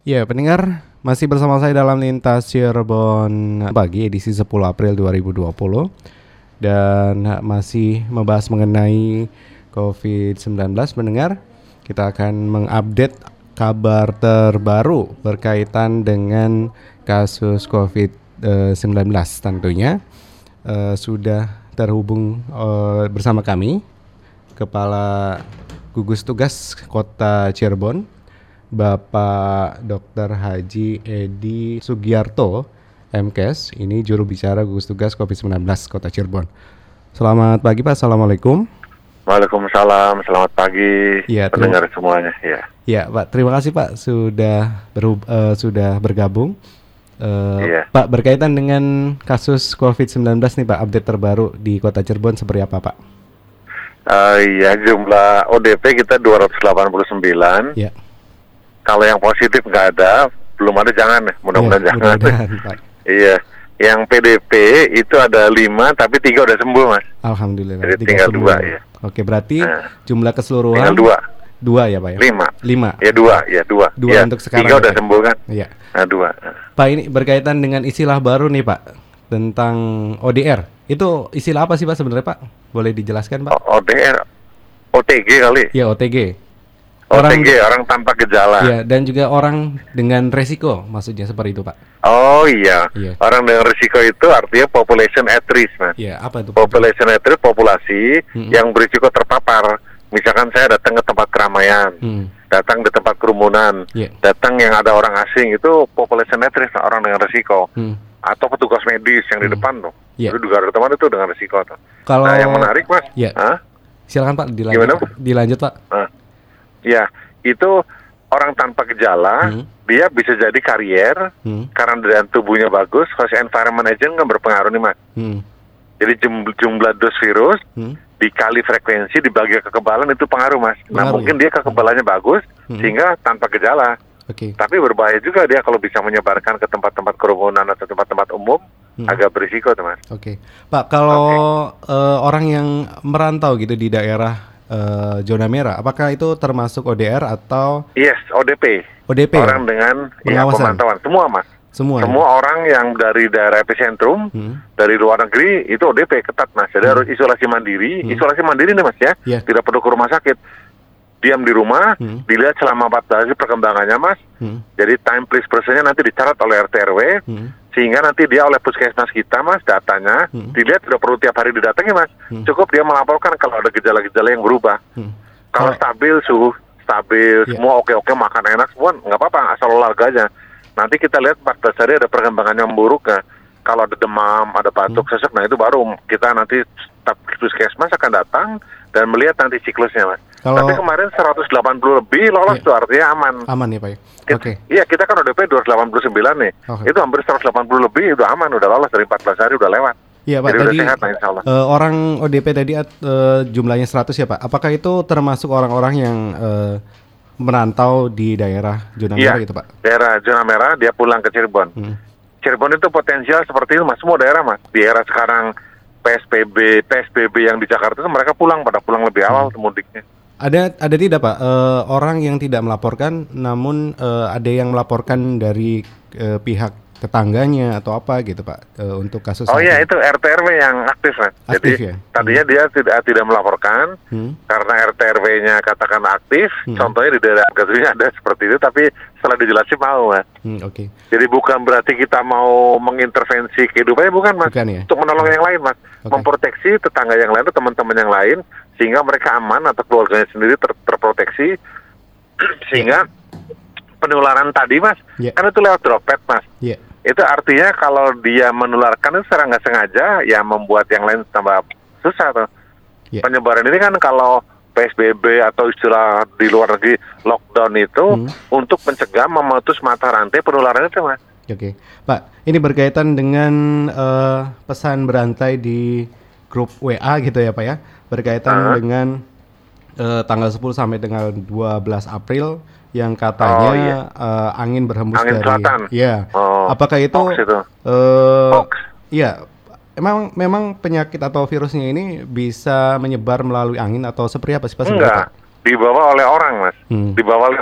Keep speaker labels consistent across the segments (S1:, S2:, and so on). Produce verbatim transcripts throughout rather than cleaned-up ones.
S1: Ya, pendengar, masih bersama saya dalam Lintas Cirebon pagi edisi sepuluh April dua ribu dua puluh dan masih membahas mengenai covid sembilan belas. Pendengar, kita akan mengupdate kabar terbaru berkaitan dengan kasus covid sembilan belas tentunya. Uh, sudah terhubung uh, bersama kami Kepala Gugus Tugas Kota Cirebon, Bapak Dokter Haji Edi Sugiarto, M Kes, ini juru bicara gugus tugas covid sembilan belas Kota Cirebon. Selamat pagi Pak, Assalamualaikum.
S2: Waalaikumsalam, selamat pagi ya, pendengar semuanya. Ya.
S1: Ya Pak, terima kasih Pak sudah berhub, uh, sudah bergabung. Uh, ya. Pak, berkaitan dengan kasus covid sembilan belas nih Pak, update terbaru di Kota Cirebon seperti apa Pak?
S2: Uh, ya, jumlah O D P kita dua ratus delapan puluh sembilan. Ya. Kalau yang positif nggak ada, belum ada jangan, mudah-mudahan ya, jangan. Mudah-mudahan, Pak. Iya, yang P D P itu ada lima, tapi tiga udah sembuh Mas.
S1: Alhamdulillah.
S2: Jadi tinggal sembuh. dua ya.
S1: Oke, berarti nah, jumlah keseluruhan
S2: tinggal dua.
S1: Dua ya Pak ya?
S2: Lima.
S1: Lima.
S2: Ya dua, ya dua.
S1: Dua
S2: ya,
S1: untuk sekarang.
S2: Tiga udah sembuh kan?
S1: Iya.
S2: Nah dua.
S1: Pak, ini berkaitan dengan istilah baru nih Pak tentang O D R. Itu istilah apa sih Pak sebenarnya Pak? Boleh dijelaskan Pak?
S2: O D R, O T G kali?
S1: Ya, O T G.
S2: Orang, O T G, orang tanpa gejala.
S1: Iya, dan juga orang dengan resiko, maksudnya seperti itu Pak.
S2: Oh iya, iya. Orang dengan resiko itu artinya population at risk Mas.
S1: Iya, apa itu?
S2: Population at risk, populasi mm-hmm. yang berisiko terpapar. Misalkan saya datang ke tempat keramaian, hmm. datang di tempat kerumunan, yeah. datang yang ada orang asing, itu population at risk, orang dengan risiko. Hmm. Atau petugas medis yang hmm. di depan tuh, yeah. itu juga ada teman itu dengan risiko tuh.
S1: Kalau
S2: nah yang menarik Mas,
S1: yeah.
S2: huh?
S1: silakan Pak, dilanjut. Gimana? Dilanjut Pak.
S2: Nah, ya, itu orang tanpa gejala, hmm. dia bisa jadi karier, hmm. karena daya tubuhnya bagus, host environment agent kan berpengaruh nih Mas. Hmm. Jadi jumlah, jumlah dos virus, hmm. dikali frekuensi dibagi kekebalan itu pengaruh Mas. Pengaruh, nah mungkin ya? Dia kekebalannya bagus hmm. sehingga tanpa gejala. Okay. Tapi berbahaya juga dia kalau bisa menyebarkan ke tempat-tempat kerumunan atau tempat-tempat umum, hmm. agak berisiko tuh Mas.
S1: Oke, okay. Pak, kalau okay. uh, orang yang merantau gitu di daerah uh, zona merah, apakah itu termasuk O D R atau?
S2: Yes, O D P.
S1: O D P.
S2: Orang ya? Dengan ya, pemantauan semua Mas.
S1: Semua,
S2: Semua
S1: ya?
S2: Orang yang dari daerah epicentrum, hmm. dari luar negeri, itu O D P ketat Mas. Jadi hmm. harus isolasi mandiri. Hmm. Isolasi mandiri nih Mas ya, yeah. tidak perlu ke rumah sakit. Diam di rumah, hmm. dilihat selama empat belas hari perkembangannya Mas. Hmm. Jadi time please personnya nanti dicatat oleh R T R W, hmm. sehingga nanti dia oleh puskesmas kita Mas, datanya, hmm. dilihat tidak perlu tiap hari didatangi Mas. Hmm. Cukup dia melaporkan kalau ada gejala-gejala yang berubah. Hmm. Kalau oh. stabil, suhu stabil, yeah. semua oke-oke, makan enak, semua nggak apa-apa, asal olahraga aja. Nanti kita lihat empat belas hari ada perkembangan yang buruk nggak. Kalau ada demam, ada batuk, hmm. sesak, nah itu baru kita nanti staf puskesmas akan datang dan melihat nanti siklusnya Mas. Kalau... Tapi kemarin seratus delapan puluh lebih lolos yeah. tuh artinya aman.
S1: Aman ya Pak ya? Oke. Okay.
S2: Iya, kita kan O D P dua ratus delapan puluh sembilan nih. Okay. Itu hampir seratus delapan puluh lebih udah aman, udah lolos dari empat belas hari udah lewat.
S1: Iya Pak,
S2: jadi
S1: tadi
S2: udah sehat, nah, insya Allah.
S1: Uh, orang O D P tadi uh, jumlahnya seratus ya Pak. Apakah itu termasuk orang-orang yang uh, merantau di daerah zona merah
S2: ya,
S1: gitu Pak?
S2: Daerah zona merah dia pulang ke Cirebon. Hmm. Cirebon itu potensial seperti itu Mas, semua daerah Mas. Di era sekarang P S B B, P S B B yang di Jakarta itu mereka pulang pada pulang lebih awal hmm. mudiknya.
S1: Ada ada tidak Pak uh, orang yang tidak melaporkan, namun uh, ada yang melaporkan dari uh, pihak tetangganya atau apa gitu Pak uh, untuk kasus?
S2: Oh iya, itu R T R W yang aktif Mas.
S1: Aktif,
S2: jadi
S1: ya?
S2: tadinya hmm. dia tidak tidak melaporkan hmm. karena R T R W-nya katakan aktif. Hmm. Contohnya di daerah Gatunya ada seperti itu, tapi setelah dijelasin mau Mas. Hmm, Oke. Okay. Jadi bukan berarti kita mau mengintervensi kehidupannya, bukan Mas. Bukan, ya? Untuk menolong yang lain Mas, okay. memproteksi tetangga yang lain atau teman-teman yang lain sehingga mereka aman atau keluarganya sendiri ter- terproteksi sehingga yeah. penularan tadi Mas, yeah. kan itu lewat droplet Mas. Yeah. Itu artinya kalau dia menularkan itu secara nggak sengaja ya membuat yang lain tambah susah tuh. Yeah. Penyebaran ini kan kalau P S B B atau istilah di luar negeri lockdown itu hmm. untuk mencegah memutus mata rantai penularan itu Mas. Oke,
S1: okay. Pak, ini berkaitan dengan uh, pesan berantai di grup W A gitu ya Pak ya, berkaitan uh-huh. dengan uh, tanggal sepuluh sampai dengan dua belas April yang katanya oh, iya. uh, angin berhembus
S2: angin
S1: dari
S2: selatan.
S1: Ya.
S2: Oh,
S1: apakah itu,
S2: itu.
S1: Uh, iya, emang memang penyakit atau virusnya ini bisa menyebar melalui angin atau seperti apa sih Pak?
S2: Enggak, dibawa oleh orang Mas, hmm. dibawa oleh host.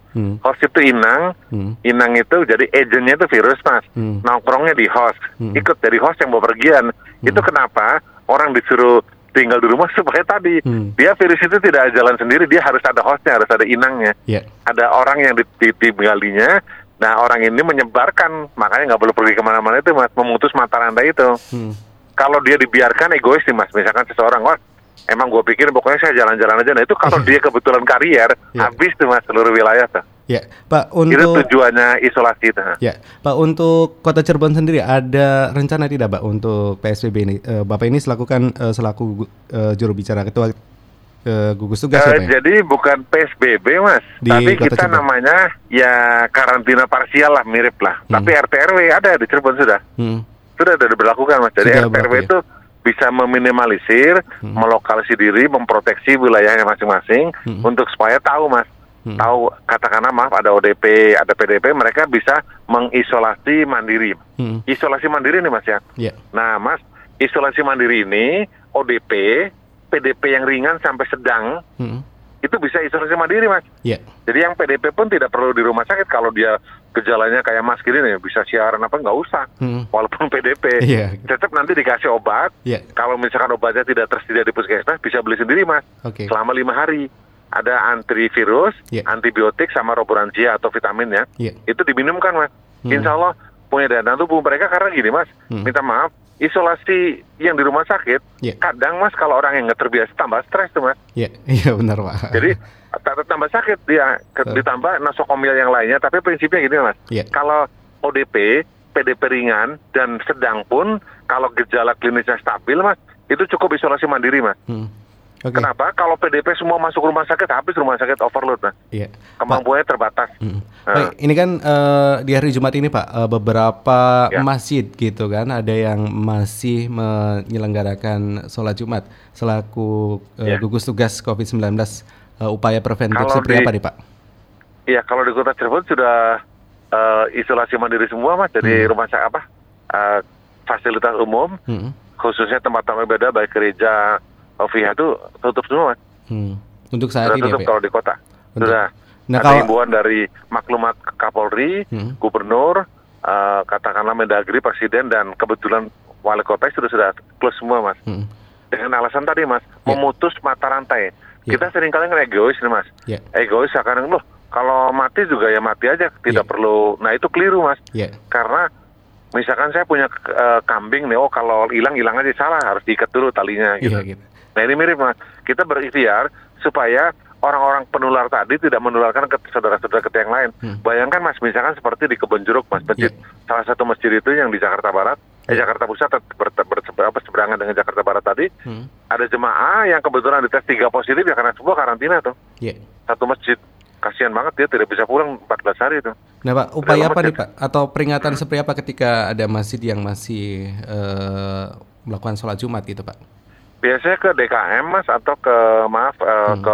S1: Hmm.
S2: Host itu inang, hmm. inang itu jadi agentnya itu virus mas, hmm. nongkrongnya di host, hmm. ikut dari host yang bepergian. Hmm. Itu kenapa orang disuruh tinggal di rumah supaya tadi hmm. dia virus itu tidak jalan sendiri, dia harus ada hostnya, harus ada inangnya, yeah. ada orang yang ditinggalinya. Nah orang ini menyebarkan, makanya nggak boleh pergi kemana-mana itu mas, memutus mata rantai itu. Hmm. Kalau dia dibiarkan egois nih mas, misalkan seseorang, wah emang gue pikir pokoknya saya jalan-jalan aja. Nah itu kalau dia kebetulan karier, yeah. habis tuh mas seluruh wilayah tuh.
S1: Ya, Pak, untuk
S2: itu tujuannya isolasi itu.
S1: Ya, Pak, untuk Kota Cirebon sendiri ada rencana tidak, Pak, untuk P S B B ini? Uh, Bapak ini selaku kan uh, selaku uh, juru bicara ketua uh, gugus tugas
S2: uh,
S1: ya, Pak, ya?
S2: Jadi bukan P S B B, Mas, di tapi Kota kita Cirebon. Namanya ya karantina parsial lah, mirip lah. Hmm. Tapi R T R W ada di Cirebon sudah, hmm. sudah ada diberlakukan, Mas. Jadi sudah R T R W itu ya? Bisa meminimalisir, hmm. melokalisir diri, memproteksi wilayahnya masing-masing hmm. untuk supaya tahu, Mas. Hmm. Tahu katakanlah maaf ada O D P, ada P D P, mereka bisa mengisolasi mandiri. Hmm. Isolasi mandiri nih mas ya. Yeah. Nah mas, isolasi mandiri ini O D P, P D P yang ringan sampai sedang hmm. itu bisa isolasi mandiri mas. Yeah. Jadi yang P D P pun tidak perlu di rumah sakit kalau dia gejalanya kayak mas gini nih, bisa siaran apa nggak usah. Hmm. Walaupun P D P, yeah. tetap nanti dikasih obat. Yeah. Kalau misalkan obatnya tidak tersedia di puskesmas, bisa beli sendiri mas. Okay. Selama lima hari. Ada antivirus, yeah. antibiotik sama roburansia atau vitamin ya, yeah. itu diminumkan mas. Hmm. Insya Allah punya daya tahan tubuh mereka karena gini mas, hmm. minta maaf, isolasi yang di rumah sakit, yeah. kadang mas kalau orang yang nggak terbiasa tambah stres tuh mas. Iya, yeah. yeah, benar pak. Jadi tambah sakit dia, uh. ditambah nosokomil yang lainnya. Tapi prinsipnya gini mas, yeah. kalau O D P, P D P ringan dan sedang pun, kalau gejala klinisnya stabil mas, itu cukup isolasi mandiri mas. Hmm. Okay. Kenapa? Kalau P D P semua masuk rumah sakit, habis rumah sakit overload, nah. Iya. Kemampuannya terbatas. Hmm. Nah.
S1: Baik, ini kan uh, di hari Jumat ini, Pak, uh, beberapa ya. masjid gitu kan, ada yang masih menyelenggarakan sholat Jumat selaku uh, ya. gugus tugas covid sembilan belas. Uh, upaya preventif kalau seperti di, apa nih, Pak?
S2: Iya, kalau di Kota Cirebon sudah uh, isolasi mandiri semua, Mas. Jadi hmm. rumah sakit apa? Uh, fasilitas umum, hmm. khususnya tempat-tempat beda, baik gereja, Ovia itu tutup semua, mas. Hmm. Untuk saat sudah ini tutup ya, kalau di kota. Untuk... Sudah. Nah, ada kalau... himbauan dari maklumat Kapolri, hmm. Gubernur, uh, katakanlah Mendagri, Presiden, dan kebetulan Wali Kota sudah sudah close semua, mas. Hmm. Dengan alasan tadi, mas, yeah. memutus mata rantai. Yeah. Kita seringkali kan egois nih, mas. Yeah. Egois sekarang loh. Kalau mati juga ya mati aja, tidak yeah. perlu. Nah itu keliru, mas. Yeah. Karena misalkan saya punya uh, kambing nih, oh kalau hilang hilang aja salah, harus diikat dulu talinya, gitu. Yeah, gitu. Nah ini mirip mas, kita berikhtiar supaya orang-orang penular tadi tidak menularkan ke saudara-saudara kita yang lain. Hmm. Bayangkan mas, misalkan seperti di Kebon Jeruk mas, masjid yeah. salah satu masjid itu yang di Jakarta Barat, yeah. eh Jakarta Pusat ber, ber, ber, ber, seberangan dengan Jakarta Barat tadi, hmm. ada jemaah yang kebetulan dites tiga positif ya karena sebuah karantina tuh, yeah. satu masjid. Kasihan banget dia tidak bisa pulang empat belas hari itu.
S1: Nah Pak, upaya apa nih Pak? Atau peringatan seperti apa ketika ada masjid yang masih uh, melakukan sholat Jumat gitu Pak?
S2: Biasanya ke D K M mas atau ke maaf uh, hmm. ke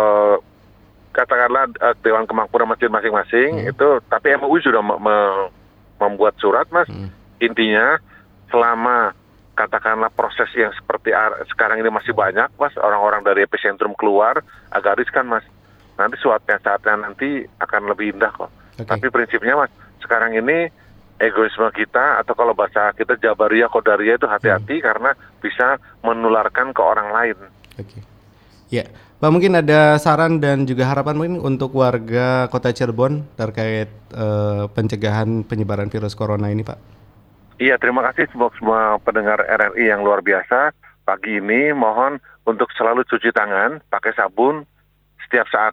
S2: katakanlah uh, Dewan Kemakmuran masjid masing-masing hmm. itu, tapi M U I sudah me- me- membuat surat mas. Hmm. Intinya selama katakanlah proses yang seperti ar- sekarang ini masih banyak mas, orang-orang dari epicentrum keluar agak riskan mas. Nanti suatnya saatnya nanti akan lebih indah kok. Okay. Tapi prinsipnya mas, sekarang ini egoisme kita atau kalau bahasa kita Jabariyah Qadariyah itu hati-hati hmm. karena bisa menularkan ke orang lain.
S1: Oke. Okay. Ya, Pak mungkin ada saran dan juga harapan mungkin untuk warga Kota Cirebon terkait uh, pencegahan penyebaran virus corona ini, Pak.
S2: Iya, terima kasih semua semua pendengar R R I yang luar biasa. Pagi ini mohon untuk selalu cuci tangan, pakai sabun setiap saat.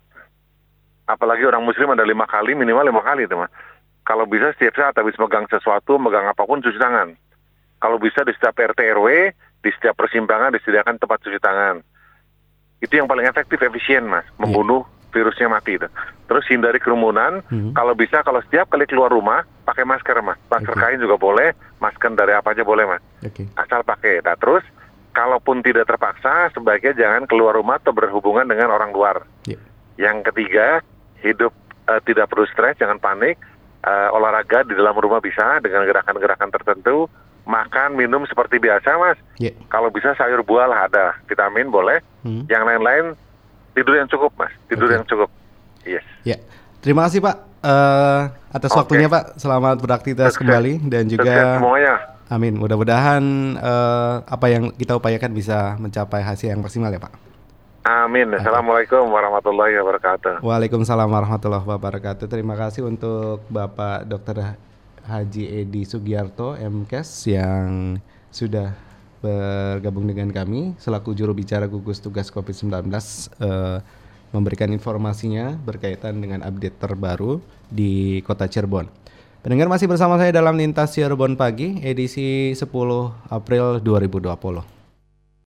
S2: Apalagi orang muslim ada lima kali, minimal lima kali teman. Kalau bisa setiap saat habis megang sesuatu, megang apapun cuci tangan. Kalau bisa di setiap R T R W, di setiap persimpangan disediakan tempat cuci tangan. Itu yang paling efektif, efisien mas, membunuh yeah. virusnya mati itu. Terus hindari kerumunan, mm-hmm. kalau bisa kalau setiap kali keluar rumah pakai masker mas. Masker okay. kain juga boleh, masker dari apa aja boleh mas. Okay. Asal pakai. Nah terus kalaupun tidak terpaksa, sebaiknya jangan keluar rumah atau berhubungan dengan orang luar. Yeah. Yang ketiga, hidup uh, tidak perlu stres, jangan panik. Uh, olahraga di dalam rumah bisa dengan gerakan-gerakan tertentu, makan, minum seperti biasa mas. Yeah. Kalau bisa sayur buah lah ada, vitamin boleh. Hmm. Yang lain-lain tidur yang cukup mas, tidur okay. yang cukup. Yes.
S1: Ya, terima kasih Pak uh, atas okay. waktunya Pak. Selamat beraktivitas Sukses. kembali dan juga
S2: Sukses semuanya.
S1: Amin. Mudah-mudahan uh, apa yang kita upayakan bisa mencapai hasil yang maksimal ya Pak.
S2: Amin. Assalamualaikum warahmatullahi wabarakatuh.
S1: Waalaikumsalam warahmatullahi wabarakatuh. Terima kasih untuk Bapak Dokter Haji Edi Sugiarto M Kes yang sudah bergabung dengan kami selaku juru bicara gugus tugas covid sembilan belas uh, memberikan informasinya berkaitan dengan update terbaru di Kota Cirebon. Pendengar masih bersama saya dalam Lintas Cirebon Pagi edisi sepuluh April dua ribu dua puluh.